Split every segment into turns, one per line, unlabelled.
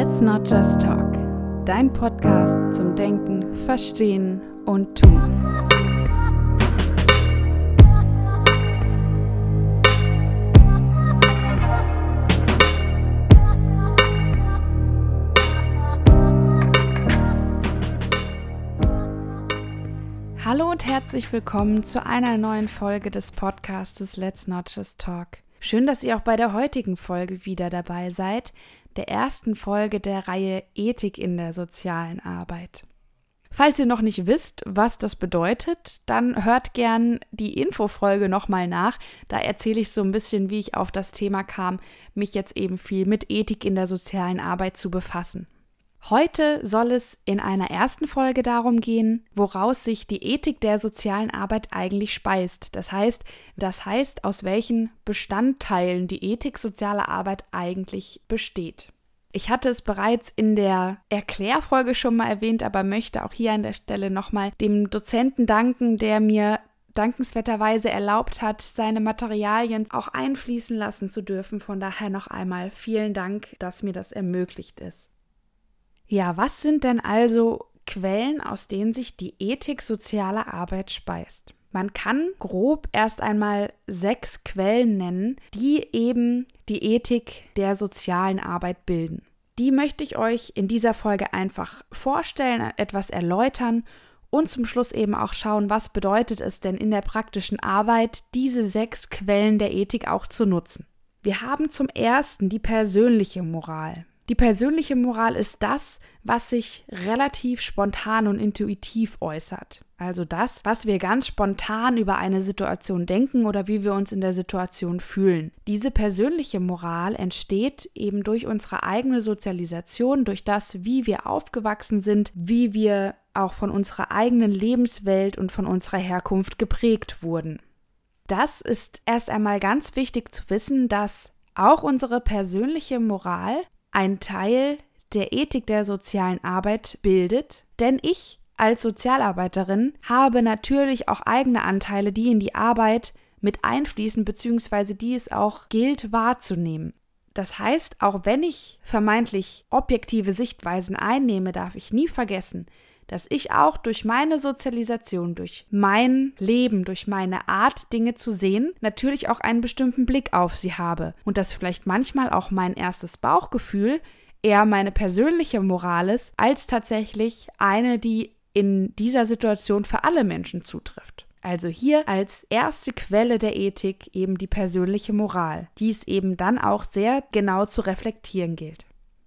Let's Not Just Talk, dein Podcast zum Denken, Verstehen und Tun. Hallo und herzlich willkommen zu einer neuen Folge des Podcastes Let's Not Just Talk. Schön, dass ihr auch bei der heutigen Folge wieder dabei seid, der ersten Folge der Reihe Ethik in der sozialen Arbeit. Falls ihr noch nicht wisst, was das bedeutet, dann hört gern die Infofolge nochmal nach. Da erzähle ich so ein bisschen, wie ich auf das Thema kam, mich jetzt eben viel mit Ethik in der sozialen Arbeit zu befassen. Heute soll es in einer ersten Folge darum gehen, woraus sich die Ethik der sozialen Arbeit eigentlich speist. Das heißt, aus welchen Bestandteilen die Ethik sozialer Arbeit eigentlich besteht. Ich hatte es bereits in der Erklärfolge schon mal erwähnt, aber möchte auch hier an der Stelle nochmal dem Dozenten danken, der mir dankenswerterweise erlaubt hat, seine Materialien auch einfließen lassen zu dürfen. Von daher noch einmal vielen Dank, dass mir das ermöglicht ist. Ja, was sind denn also Quellen, aus denen sich die Ethik sozialer Arbeit speist? Man kann grob erst einmal 6 Quellen nennen, die eben die Ethik der sozialen Arbeit bilden. Die möchte ich euch in dieser Folge einfach vorstellen, etwas erläutern und zum Schluss eben auch schauen, was bedeutet es denn in der praktischen Arbeit, diese 6 Quellen der Ethik auch zu nutzen. Wir haben zum ersten die persönliche Moral. Die persönliche Moral ist das, was sich relativ spontan und intuitiv äußert. Also das, was wir ganz spontan über eine Situation denken oder wie wir uns in der Situation fühlen. Diese persönliche Moral entsteht eben durch unsere eigene Sozialisation, durch das, wie wir aufgewachsen sind, wie wir auch von unserer eigenen Lebenswelt und von unserer Herkunft geprägt wurden. Das ist erst einmal ganz wichtig zu wissen, dass auch unsere persönliche Moral ein Teil der Ethik der sozialen Arbeit bildet, denn ich als Sozialarbeiterin habe natürlich auch eigene Anteile, die in die Arbeit mit einfließen, beziehungsweise die es auch gilt wahrzunehmen. Das heißt, auch wenn ich vermeintlich objektive Sichtweisen einnehme, darf ich nie vergessen, dass ich auch durch meine Sozialisation, durch mein Leben, durch meine Art, Dinge zu sehen, natürlich auch einen bestimmten Blick auf sie habe und dass vielleicht manchmal auch mein erstes Bauchgefühl eher meine persönliche Moral ist, als tatsächlich eine, die in dieser Situation für alle Menschen zutrifft. Also hier als erste Quelle der Ethik eben die persönliche Moral, die es eben dann auch sehr genau zu reflektieren gilt.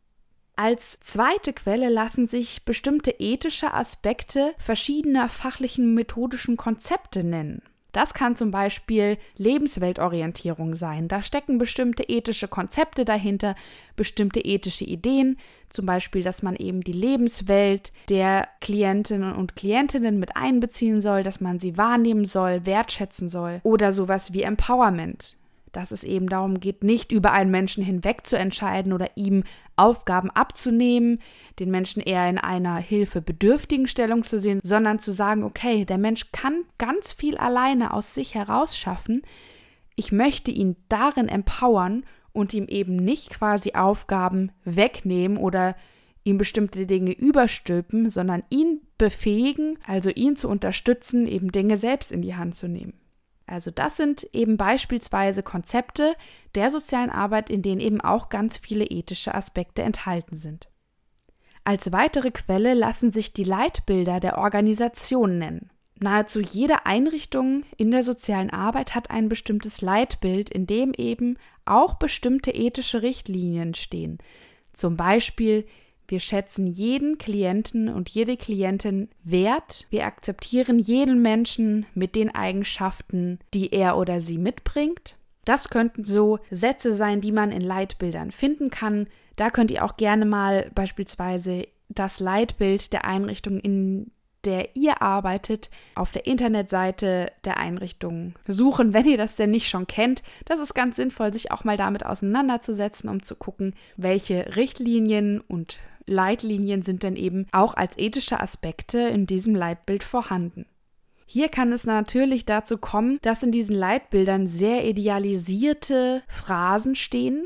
Als zweite Quelle lassen sich bestimmte ethische Aspekte verschiedener fachlichen methodischen Konzepte nennen. Das kann zum Beispiel Lebensweltorientierung sein. Da stecken bestimmte ethische Konzepte dahinter, bestimmte ethische Ideen, zum Beispiel, dass man eben die Lebenswelt der Klientinnen und Klientinnen mit einbeziehen soll, dass man sie wahrnehmen soll, wertschätzen soll oder sowas wie Empowerment. Dass es eben darum geht, nicht über einen Menschen hinweg zu entscheiden oder ihm Aufgaben abzunehmen, den Menschen eher in einer hilfebedürftigen Stellung zu sehen, sondern zu sagen, okay, der Mensch kann ganz viel alleine aus sich heraus schaffen. Ich möchte ihn darin empowern und ihm eben nicht quasi Aufgaben wegnehmen oder ihm bestimmte Dinge überstülpen, sondern ihn befähigen, also ihn zu unterstützen, eben Dinge selbst in die Hand zu nehmen. Also das sind eben beispielsweise Konzepte der sozialen Arbeit, in denen eben auch ganz viele ethische Aspekte enthalten sind. Als weitere Quelle lassen sich die Leitbilder der Organisation nennen. Nahezu jede Einrichtung in der sozialen Arbeit hat ein bestimmtes Leitbild, in dem eben auch bestimmte ethische Richtlinien stehen. Zum Beispiel: Wir schätzen jeden Klienten und jede Klientin wert. Wir akzeptieren jeden Menschen mit den Eigenschaften, die er oder sie mitbringt. Das könnten so Sätze sein, die man in Leitbildern finden kann. Da könnt ihr auch gerne mal beispielsweise das Leitbild der Einrichtung, in der ihr arbeitet, auf der Internetseite der Einrichtung suchen, wenn ihr das denn nicht schon kennt. Das ist ganz sinnvoll, sich auch mal damit auseinanderzusetzen, um zu gucken, welche Richtlinien und Leitlinien sind denn eben auch als ethische Aspekte in diesem Leitbild vorhanden. Hier kann es natürlich dazu kommen, dass in diesen Leitbildern sehr idealisierte Phrasen stehen.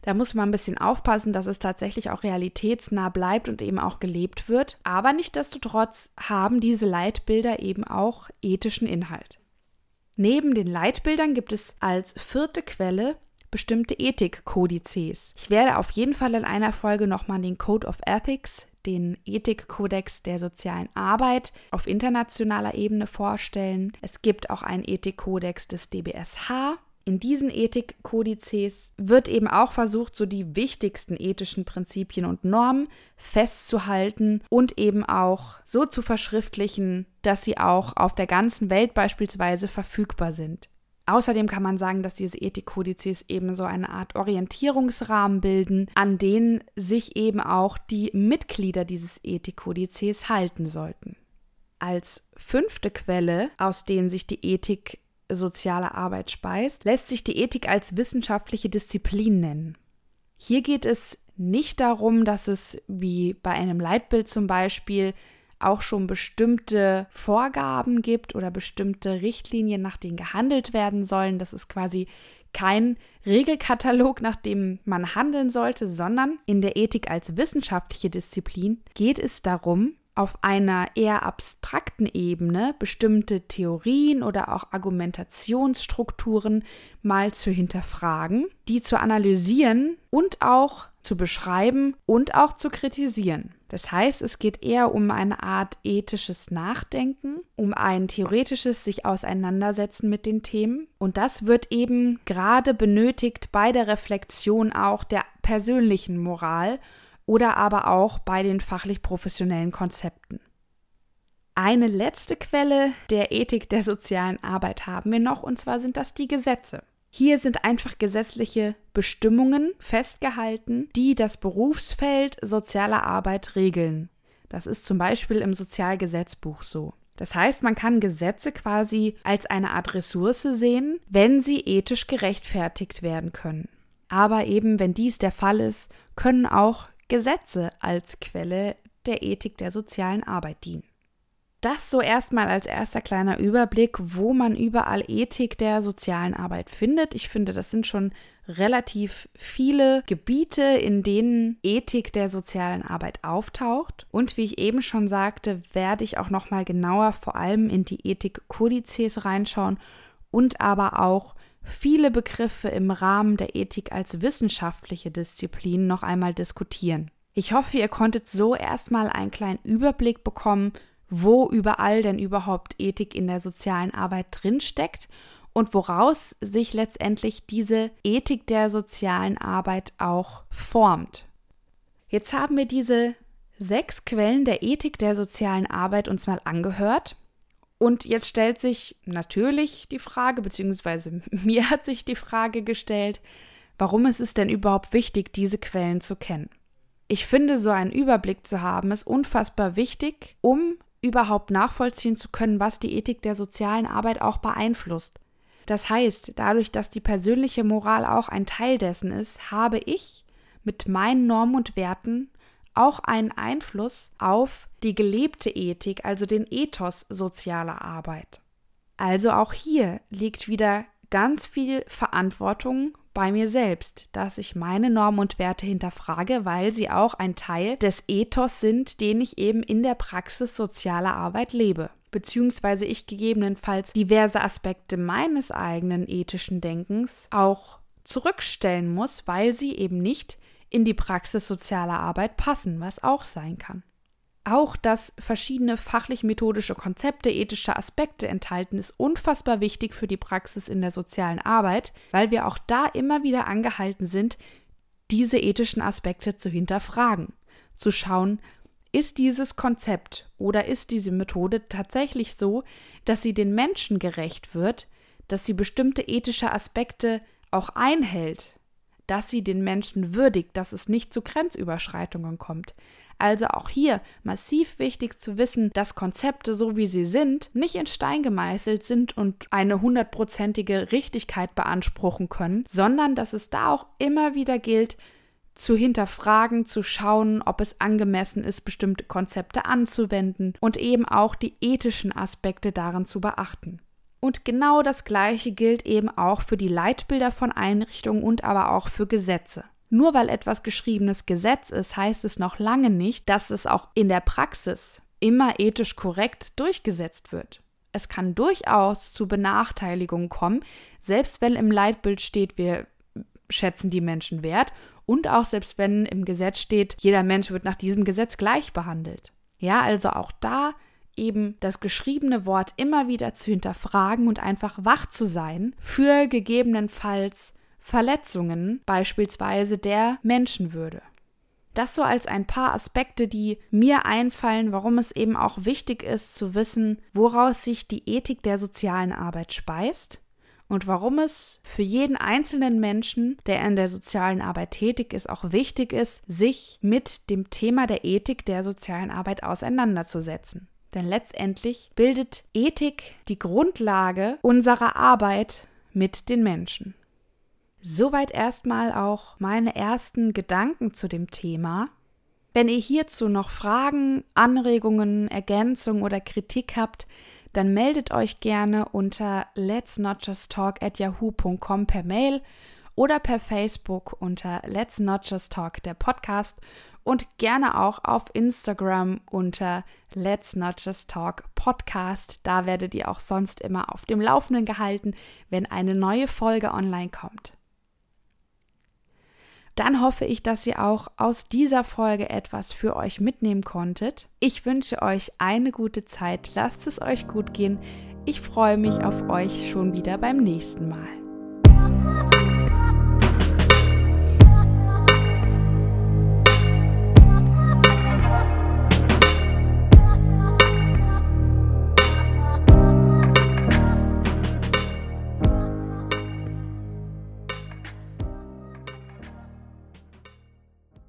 Da muss man ein bisschen aufpassen, dass es tatsächlich auch realitätsnah bleibt und eben auch gelebt wird. Aber nichtsdestotrotz haben diese Leitbilder eben auch ethischen Inhalt. Neben den Leitbildern gibt es als 4. Quelle bestimmte Ethikkodizes. Ich werde auf jeden Fall in einer Folge nochmal den Code of Ethics, den Ethikkodex der sozialen Arbeit auf internationaler Ebene vorstellen. Es gibt auch einen Ethikkodex des DBSH. In diesen Ethikkodizes wird eben auch versucht, so die wichtigsten ethischen Prinzipien und Normen festzuhalten und eben auch so zu verschriftlichen, dass sie auch auf der ganzen Welt beispielsweise verfügbar sind. Außerdem kann man sagen, dass diese Ethikkodizes eben so eine Art Orientierungsrahmen bilden, an denen sich eben auch die Mitglieder dieses Ethikkodizes halten sollten. Als 5. Quelle, aus denen sich die Ethik soziale Arbeit speist, lässt sich die Ethik als wissenschaftliche Disziplin nennen. Hier geht es nicht darum, dass es wie bei einem Leitbild zum Beispiel auch schon bestimmte Vorgaben gibt oder bestimmte Richtlinien, nach denen gehandelt werden sollen. Das ist quasi kein Regelkatalog, nach dem man handeln sollte, sondern in der Ethik als wissenschaftliche Disziplin geht es darum, auf einer eher abstrakten Ebene bestimmte Theorien oder auch Argumentationsstrukturen mal zu hinterfragen, die zu analysieren und auch zu beschreiben und auch zu kritisieren. Das heißt, es geht eher um eine Art ethisches Nachdenken, um ein theoretisches sich auseinandersetzen mit den Themen. Und das wird eben gerade benötigt bei der Reflexion auch der persönlichen Moral oder aber auch bei den fachlich-professionellen Konzepten. Eine letzte Quelle der Ethik der sozialen Arbeit haben wir noch, und zwar sind das die Gesetze. Hier sind einfach gesetzliche Bestimmungen festgehalten, die das Berufsfeld soziale Arbeit regeln. Das ist zum Beispiel im Sozialgesetzbuch so. Das heißt, man kann Gesetze quasi als eine Art Ressource sehen, wenn sie ethisch gerechtfertigt werden können. Aber eben, wenn dies der Fall ist, können auch Gesetze als Quelle der Ethik der sozialen Arbeit dienen. Das so erstmal als erster kleiner Überblick, wo man überall Ethik der sozialen Arbeit findet. Ich finde, das sind schon relativ viele Gebiete, in denen Ethik der sozialen Arbeit auftaucht. Und wie ich eben schon sagte, werde ich auch nochmal genauer vor allem in die Ethikkodizes reinschauen und aber auch viele Begriffe im Rahmen der Ethik als wissenschaftliche Disziplin noch einmal diskutieren. Ich hoffe, ihr konntet so erstmal einen kleinen Überblick bekommen, wo überall denn überhaupt Ethik in der sozialen Arbeit drinsteckt und woraus sich letztendlich diese Ethik der sozialen Arbeit auch formt. Jetzt haben wir diese 6 Quellen der Ethik der sozialen Arbeit uns mal angehört. Und jetzt stellt sich natürlich die Frage, beziehungsweise mir hat sich die Frage gestellt, warum ist es denn überhaupt wichtig, diese Quellen zu kennen? Ich finde, so einen Überblick zu haben, ist unfassbar wichtig, um überhaupt nachvollziehen zu können, was die Ethik der sozialen Arbeit auch beeinflusst. Das heißt, dadurch, dass die persönliche Moral auch ein Teil dessen ist, habe ich mit meinen Normen und Werten auch einen Einfluss auf die gelebte Ethik, also den Ethos sozialer Arbeit. Also auch hier liegt wieder ganz viel Verantwortung bei mir selbst, dass ich meine Normen und Werte hinterfrage, weil sie auch ein Teil des Ethos sind, den ich eben in der Praxis sozialer Arbeit lebe, beziehungsweise ich gegebenenfalls diverse Aspekte meines eigenen ethischen Denkens auch zurückstellen muss, weil sie eben nicht in die Praxis sozialer Arbeit passen, was auch sein kann. Auch, dass verschiedene fachlich-methodische Konzepte, ethische Aspekte enthalten, ist unfassbar wichtig für die Praxis in der sozialen Arbeit, weil wir auch da immer wieder angehalten sind, diese ethischen Aspekte zu hinterfragen, zu schauen, ist dieses Konzept oder ist diese Methode tatsächlich so, dass sie den Menschen gerecht wird, dass sie bestimmte ethische Aspekte auch einhält, dass sie den Menschen würdigt, dass es nicht zu Grenzüberschreitungen kommt. Also auch hier massiv wichtig zu wissen, dass Konzepte, so wie sie sind, nicht in Stein gemeißelt sind und eine 100%ige Richtigkeit beanspruchen können, sondern dass es da auch immer wieder gilt, zu hinterfragen, zu schauen, ob es angemessen ist, bestimmte Konzepte anzuwenden und eben auch die ethischen Aspekte darin zu beachten. Und genau das Gleiche gilt eben auch für die Leitbilder von Einrichtungen und aber auch für Gesetze. Nur weil etwas geschriebenes Gesetz ist, heißt es noch lange nicht, dass es auch in der Praxis immer ethisch korrekt durchgesetzt wird. Es kann durchaus zu Benachteiligungen kommen, selbst wenn im Leitbild steht, wir schätzen die Menschen wert und auch selbst wenn im Gesetz steht, jeder Mensch wird nach diesem Gesetz gleich behandelt. Ja, also auch da eben das geschriebene Wort immer wieder zu hinterfragen und einfach wach zu sein für gegebenenfalls Verletzungen, beispielsweise der Menschenwürde. Das so als ein paar Aspekte, die mir einfallen, warum es eben auch wichtig ist zu wissen, woraus sich die Ethik der sozialen Arbeit speist und warum es für jeden einzelnen Menschen, der in der sozialen Arbeit tätig ist, auch wichtig ist, sich mit dem Thema der Ethik der sozialen Arbeit auseinanderzusetzen. Denn letztendlich bildet Ethik die Grundlage unserer Arbeit mit den Menschen. Soweit erstmal auch meine ersten Gedanken zu dem Thema. Wenn ihr hierzu noch Fragen, Anregungen, Ergänzungen oder Kritik habt, dann meldet euch gerne unter letsnotjusttalk@yahoo.com per Mail oder per Facebook unter Let's Not Just Talk, der Podcast, und gerne auch auf Instagram unter Let's Not Just Talk Podcast. Da werdet ihr auch sonst immer auf dem Laufenden gehalten, wenn eine neue Folge online kommt. Dann hoffe ich, dass ihr auch aus dieser Folge etwas für euch mitnehmen konntet. Ich wünsche euch eine gute Zeit. Lasst es euch gut gehen. Ich freue mich auf euch schon wieder beim nächsten Mal.